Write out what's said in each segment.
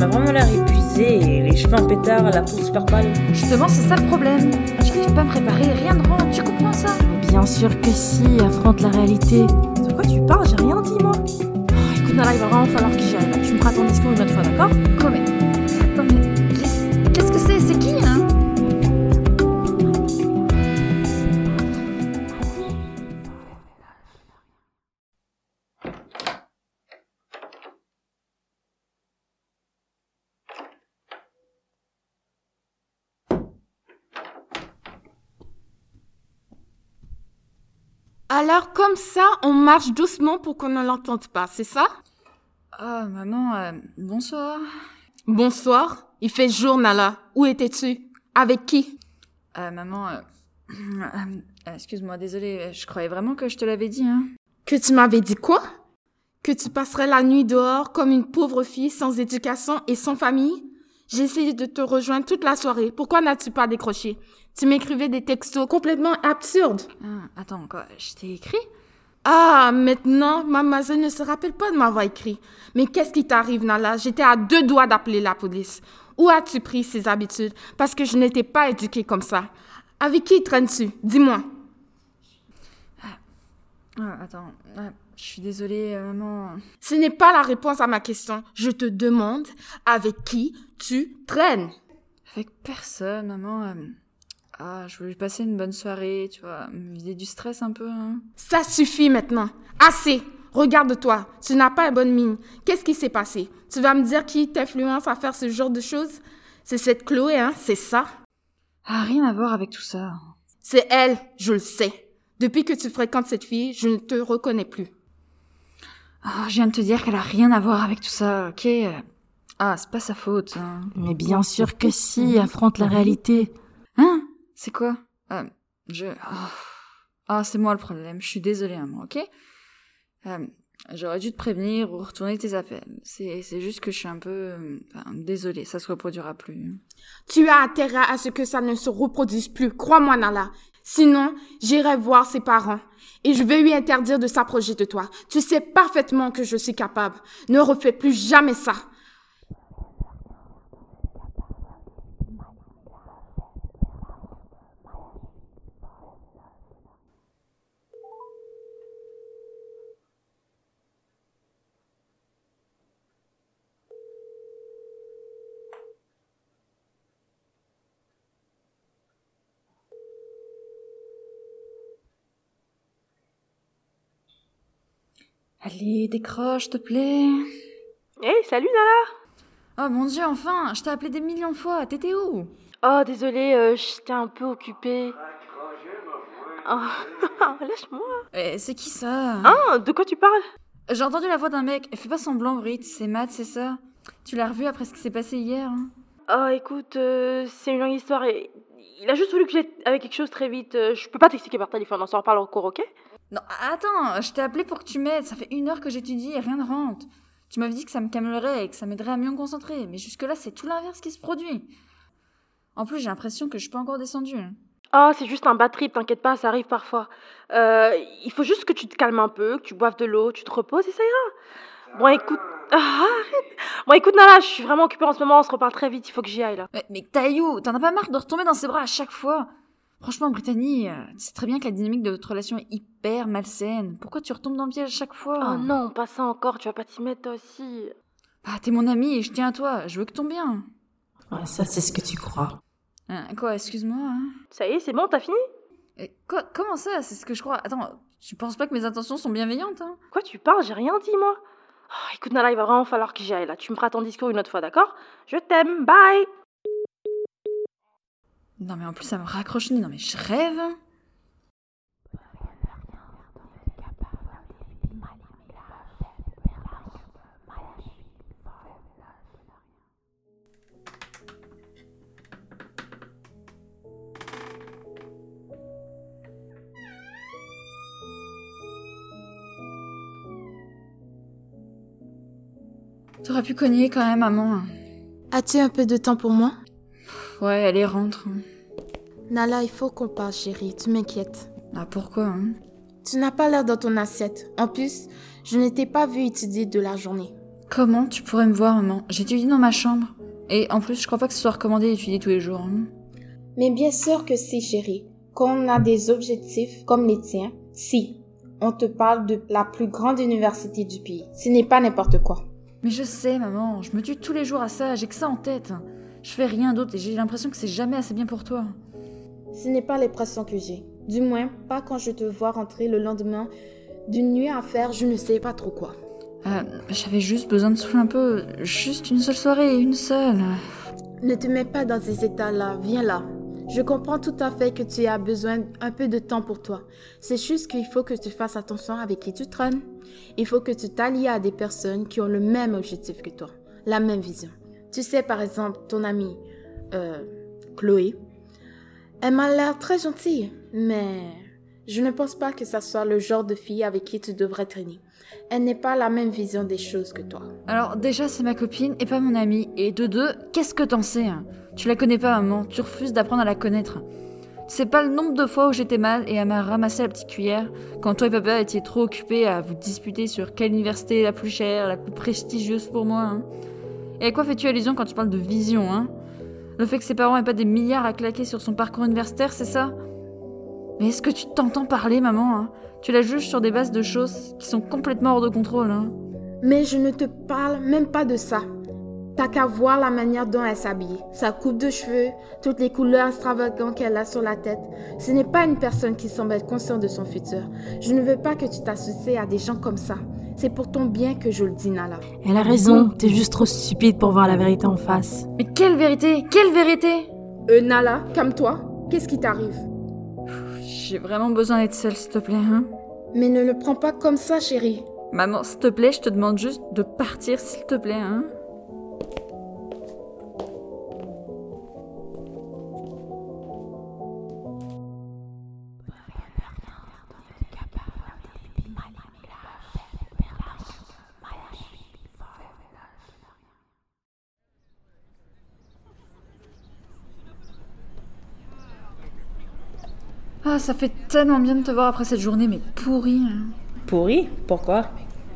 a vraiment l'air épuisée et les cheveux en pétard, la peau super pâle. Justement, c'est ça le problème. J'arrive pas à me préparer, rien de rend. Tu comprends ça? Mais bien sûr que si, affronte la réalité. De quoi tu parles? J'ai rien dit, moi. Oh, écoute, Nala, il va vraiment falloir que j'y aille. Tu me feras ton discours une autre fois, d'accord? Quoi, mais... Attends, mais... Qu'est-ce que c'est? C'est qui, hein? Alors, comme ça, on marche doucement pour qu'on ne l'entende pas, c'est ça? Ah, maman, bonsoir. Bonsoir. Il fait jour, Nala. Où étais-tu? Avec qui? Maman, excuse-moi, désolée, je croyais vraiment que je te l'avais dit, hein. Que tu m'avais dit quoi? Que tu passerais la nuit dehors comme une pauvre fille sans éducation et sans famille? J'ai essayé de te rejoindre toute la soirée. Pourquoi n'as-tu pas décroché? Tu m'écrivais des textos complètement absurdes. Ah, attends, quoi, je t'ai écrit? Ah, maintenant, mademoiselle ne se rappelle pas de m'avoir écrit. Mais qu'est-ce qui t'arrive, Nala? J'étais à 2 doigts d'appeler la police. Où as-tu pris ces habitudes? Parce que je n'étais pas éduquée comme ça. Avec qui traînes-tu? Dis-moi. Attends, je suis désolée, maman. Ce n'est pas la réponse à ma question. Je te demande avec qui tu traînes. Avec personne, maman. Je voulais passer une bonne soirée, tu vois, me vider du stress un peu, hein. Ça suffit maintenant. Assez. Regarde-toi. Tu n'as pas une bonne mine. Qu'est-ce qui s'est passé? Tu vas me dire qui t'influence à faire ce genre de choses? C'est cette Chloé, hein? C'est ça? Rien à voir avec tout ça. C'est elle, je le sais. Depuis que tu fréquentes cette fille, je ne te reconnais plus. Je viens de te dire qu'elle a rien à voir avec tout ça, ok? C'est pas sa faute, hein. Mais bien sûr que si, affronte la réalité. Hein? C'est quoi? C'est moi le problème. Je suis désolée, maman, ok? J'aurais dû te prévenir ou retourner tes appels. C'est juste que je suis un peu... désolée, ça se reproduira plus. Tu as intérêt à ce que ça ne se reproduise plus, crois-moi, Nala. Sinon, j'irai voir ses parents et je vais lui interdire de s'approcher de toi. Tu sais parfaitement que je suis capable. Ne refais plus jamais ça. Allez, décroche, s'il te plaît. Hey, salut Nala! Oh mon Dieu, enfin, je t'ai appelé des millions de fois, t'étais où? Oh, désolée, j'étais un peu occupée. Oh, lâche-moi. C'est qui ça? Ah, de quoi tu parles? J'ai entendu la voix d'un mec, fais pas semblant, Brit, c'est Matt, c'est ça? Tu l'as revu après ce qui s'est passé hier, hein? Oh, écoute, c'est une longue histoire et il a juste voulu que j'aille avec quelque chose très vite. Je peux pas t'expliquer par téléphone, on s'en reparle encore, ok? Non, attends, je t'ai appelé pour que tu m'aides, ça fait 1 heure que j'étudie et rien ne rentre. Tu m'avais dit que ça me calmerait et que ça m'aiderait à mieux me concentrer, mais jusque-là, c'est tout l'inverse qui se produit. En plus, j'ai l'impression que je suis pas encore descendue. Oh, c'est juste un bad trip, t'inquiète pas, ça arrive parfois. Il faut juste que tu te calmes un peu, que tu boives de l'eau, tu te reposes et ça ira. Bon, écoute... arrête. Bon, écoute, Nala, je suis vraiment occupée en ce moment, on se reparle très vite, il faut que j'y aille, là. Mais Taïou, t'en as pas marre de retomber dans ses bras à chaque fois? Franchement, Brittany, tu sais très bien que la dynamique de votre relation est hyper malsaine. Pourquoi tu retombes dans le piège à chaque fois? Oh non, pas ça encore, tu vas pas t'y mettre toi aussi. T'es mon amie et je tiens à toi, je veux que ton bien. Ouais, ça, c'est ce que tu crois. Quoi, excuse-moi, hein? Ça y est, c'est bon, t'as fini? Quoi, comment ça? C'est ce que je crois. Attends, tu penses pas que mes intentions sont bienveillantes, hein? Quoi, tu parles? J'ai rien dit, moi. Oh, écoute, Nala, il va vraiment falloir que j'y aille, là. Tu me feras ton discours une autre fois, d'accord? Je t'aime, bye! Non mais en plus ça me raccroche le nez, non mais je rêve. T'aurais pu cogner quand même, maman. As-tu un peu de temps pour moi? Ouais, allez, rentre. Nala, il faut qu'on parle, chérie. Tu m'inquiètes. Pourquoi, hein? Tu n'as pas l'air dans ton assiette. En plus, je ne t'ai pas vu étudier de la journée. Comment tu pourrais me voir, maman? J'étudie dans ma chambre. Et en plus, je crois pas que ce soit recommandé d'étudier tous les jours. Mais bien sûr que si, chérie. Quand on a des objectifs comme les tiens, si. On te parle de la plus grande université du pays. Ce n'est pas n'importe quoi. Mais je sais, maman, je me tue tous les jours à ça, j'ai que ça en tête. Je fais rien d'autre et j'ai l'impression que c'est jamais assez bien pour toi. Ce n'est pas l'impression que j'ai. Du moins, pas quand je te vois rentrer le lendemain d'une nuit à faire je ne sais pas trop quoi. J'avais juste besoin de souffler un peu. Juste une seule soirée, une seule. Ne te mets pas dans ces états-là, viens là. Je comprends tout à fait que tu as besoin un peu de temps pour toi. C'est juste qu'il faut que tu fasses attention avec qui tu traînes. Il faut que tu t'allies à des personnes qui ont le même objectif que toi, la même vision. Tu sais, par exemple, ton amie, Chloé, elle m'a l'air très gentille, mais je ne pense pas que ça soit le genre de fille avec qui tu devrais traîner. Elle n'est pas la même vision des choses que toi. Alors déjà, c'est ma copine et pas mon amie. Et de deux, qu'est-ce que t'en sais? Tu la connais pas, maman. Tu refuses d'apprendre à la connaître. Tu sais pas le nombre de fois où j'étais mal et elle m'a ramassé la petite cuillère quand toi et papa étiez trop occupés à vous disputer sur quelle université est la plus chère, la plus prestigieuse pour moi. Et à quoi fais-tu allusion quand tu parles de vision? Le fait que ses parents aient pas des milliards à claquer sur son parcours universitaire, c'est ça? Mais est-ce que tu t'entends parler, maman? Tu la juges sur des bases de choses qui sont complètement hors de contrôle. Mais je ne te parle même pas de ça. T'as qu'à voir la manière dont elle s'habille, sa coupe de cheveux, toutes les couleurs extravagantes qu'elle a sur la tête. Ce n'est pas une personne qui semble être consciente de son futur. Je ne veux pas que tu t'associes à des gens comme ça. C'est pour ton bien que je le dis, Nala. Elle a raison, t'es juste trop stupide pour voir la vérité en face. Mais quelle vérité? Quelle vérité? Nala, calme-toi. Qu'est-ce qui t'arrive? J'ai vraiment besoin d'être seule, s'il te plaît. Mais ne le prends pas comme ça, chérie. Maman, s'il te plaît, je te demande juste de partir, s'il te plaît. Ah, ça fait tellement bien de te voir après cette journée, mais pourrie. Pourri? Pourquoi?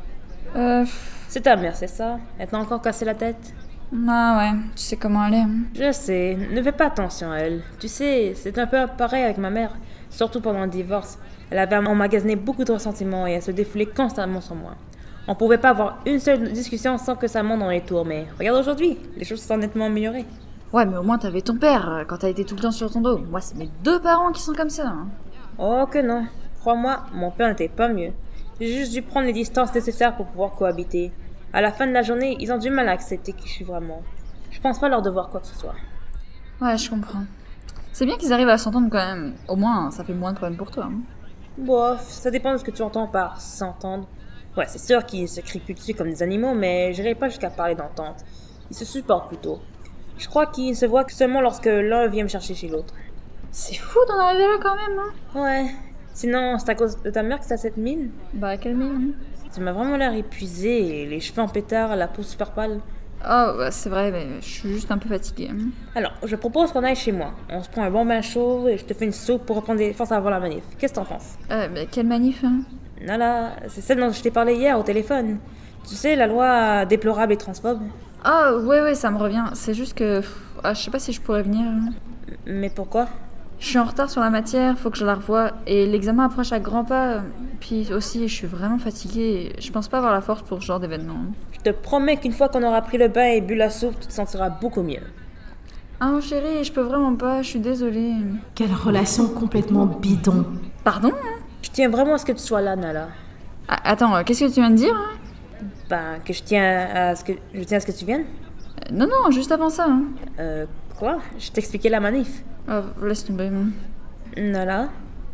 C'est ta mère, c'est ça? Elle t'a encore cassé la tête? Ah ouais, tu sais comment elle est. Je sais, ne fais pas attention à elle. Tu sais, c'est un peu pareil avec ma mère, surtout pendant le divorce. Elle avait emmagasiné beaucoup de ressentiments et elle se défoulait constamment sur moi. On pouvait pas avoir une seule discussion sans que ça monte dans les tours, mais regarde aujourd'hui, les choses sont nettement améliorées. Ouais, mais au moins t'avais ton père quand t'as été tout le temps sur ton dos. Moi, c'est mes deux parents qui sont comme ça. Oh que non, crois-moi, mon père n'était pas mieux. J'ai juste dû prendre les distances nécessaires pour pouvoir cohabiter. À la fin de la journée, ils ont du mal à accepter qui je suis vraiment. Je pense pas leur devoir quoi que ce soit. Ouais, je comprends. C'est bien qu'ils arrivent à s'entendre quand même. Au moins, ça fait moins de problèmes pour toi. Bof, ça dépend de ce que tu entends par s'entendre. Ouais, c'est sûr qu'ils se crient plus dessus comme des animaux, mais j'irai pas jusqu'à parler d'entente. Ils se supportent plutôt. Je crois qu'ils se voient que seulement lorsque l'un vient me chercher chez l'autre. C'est fou d'en arriver là quand même, Ouais. Sinon, c'est à cause de ta mère que t'as cette mine? Bah, quelle mine? Tu m'as vraiment l'air épuisée, les cheveux en pétard, la peau super pâle. Oh, bah, c'est vrai, mais je suis juste un peu fatiguée. Alors, je propose qu'on aille chez moi. On se prend un bon bain chaud et je te fais une soupe pour reprendre des forces avant la manif. Qu'est-ce que t'en penses? Mais quelle manif? Nala, c'est celle dont je t'ai parlé hier au téléphone. Tu sais, la loi déplorable et transphobe. Ah, ouais, ça me revient. C'est juste que... je sais pas si je pourrais venir. Mais pourquoi? Je suis en retard sur la matière, faut que je la revoie. Et l'examen approche à grands pas. Puis aussi, je suis vraiment fatiguée. Je pense pas avoir la force pour ce genre d'événement. Je te promets qu'une fois qu'on aura pris le bain et bu la soupe, tu te sentiras beaucoup mieux. Ah non, chérie, je peux vraiment pas, je suis désolée. Quelle relation complètement bidon. Pardon? Je tiens vraiment à ce que tu sois là, Nala. Ah, attends, qu'est-ce que tu viens de dire? Ben, que je tiens à ce que tu viennes? Non, juste avant ça. Quoi? Je t'expliquais la manif. Oh, laisse tomber. Nala?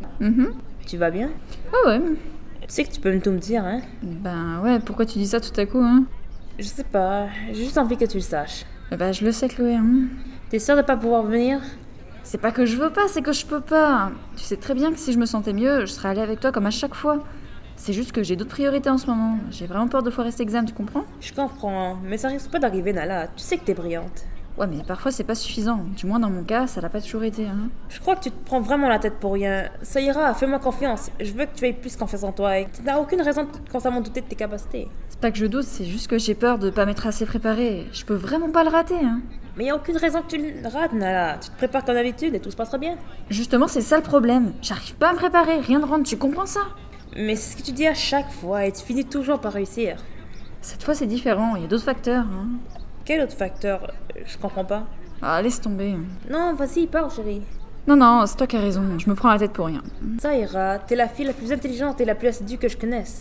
Tu vas bien? Ah ouais. Tu sais que tu peux tout me dire, hein? Ben ouais, pourquoi tu dis ça tout à coup, Je sais pas, j'ai juste envie que tu le saches. Bah je le sais, Chloé. T'es sûre de pas pouvoir venir? C'est pas que je veux pas, c'est que je peux pas. Tu sais très bien que si je me sentais mieux, je serais allée avec toi comme à chaque fois. C'est juste que j'ai d'autres priorités en ce moment. J'ai vraiment peur de foirer cet examen, tu comprends? Je comprends, mais ça risque pas d'arriver, Nala. Tu sais que t'es brillante. Ouais, mais parfois c'est pas suffisant. Du moins dans mon cas, ça l'a pas toujours été. Je crois que tu te prends vraiment la tête pour rien. Ça ira, fais-moi confiance. Je veux que tu aies plus confiance en toi et tu n'as aucune raison de constamment douter de tes capacités. C'est pas que je doute, c'est juste que j'ai peur de pas m'être assez préparée. Je peux vraiment pas le rater, hein. Mais y a aucune raison que tu le rates, Nala. Tu te prépares comme d'habitude et tout se passera bien. Justement, c'est ça le problème. J'arrive pas à me préparer, rien de rentre, tu comprends ça? Mais c'est ce que tu dis à chaque fois et tu finis toujours par réussir. Cette fois, c'est différent, il y a d'autres facteurs, hein. Quel autre facteur? Je comprends pas. Ah, laisse tomber. Non, vas-y, parle, chérie. Non, c'est toi qui as raison, je me prends la tête pour rien. Ça ira, t'es la fille la plus intelligente et la plus assidue que je connaisse.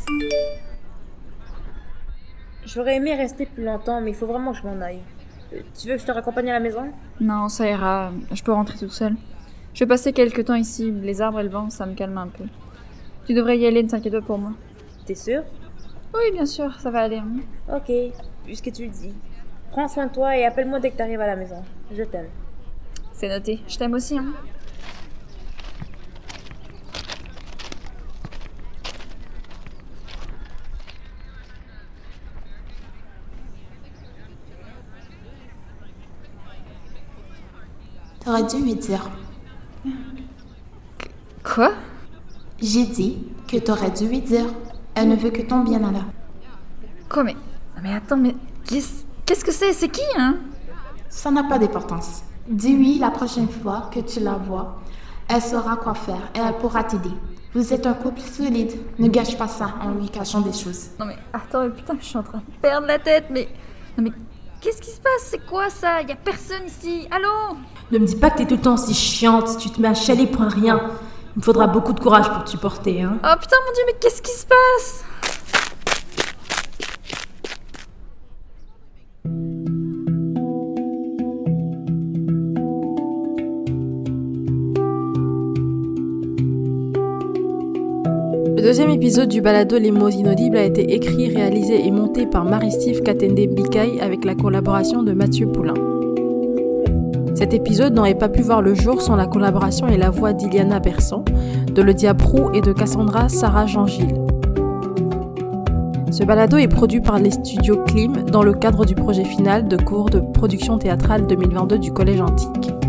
J'aurais aimé rester plus longtemps, mais il faut vraiment que je m'en aille. Tu veux que je te raccompagne à la maison? Non, ça ira, je peux rentrer toute seule. Je vais passer quelques temps ici, les arbres et le vent, ça me calme un peu. Tu devrais y aller, ne t'inquiète pas pour moi. T'es sûre? Oui, bien sûr, ça va aller. Hein. Ok, puisque tu le dis. Prends soin de toi et appelle-moi dès que t'arrives à la maison. Je t'aime. C'est noté, je t'aime aussi, hein. T'aurais dû lui dire. Quoi? J'ai dit que t'aurais dû lui dire. Elle ne veut que ton bien, Nala. Quoi, mais... Mais attends, mais... Qu'est-ce que c'est? C'est qui, hein? Ça n'a pas d'importance. Dis oui la prochaine fois que tu la vois. Elle saura quoi faire et elle pourra t'aider. Vous êtes un couple solide. Ne gâche pas ça en lui cachant des choses. Non mais attends, mais putain, je suis en train de perdre la tête, mais... Non mais... Qu'est-ce qui se passe? C'est quoi ça? Y a personne ici. Allô? Ne me dis pas que t'es tout le temps aussi chiante, tu te mets à chialer pour un rien. Il me faudra beaucoup de courage pour te supporter, hein. Oh putain, mon Dieu, mais qu'est-ce qui se passe? Le deuxième épisode du balado Les mots inaudibles a été écrit, réalisé et monté par Marie-Steve Katende-Bikaï avec la collaboration de Mathieu Poulain. Cet épisode n'aurait pas pu voir le jour sans la collaboration et la voix d'Iliana Bersan, de Lydia Prou et de Cassandra Sarah Jean-Gilles. Ce balado est produit par les studios Klim dans le cadre du projet final de cours de production théâtrale 2022 du Collège Antique.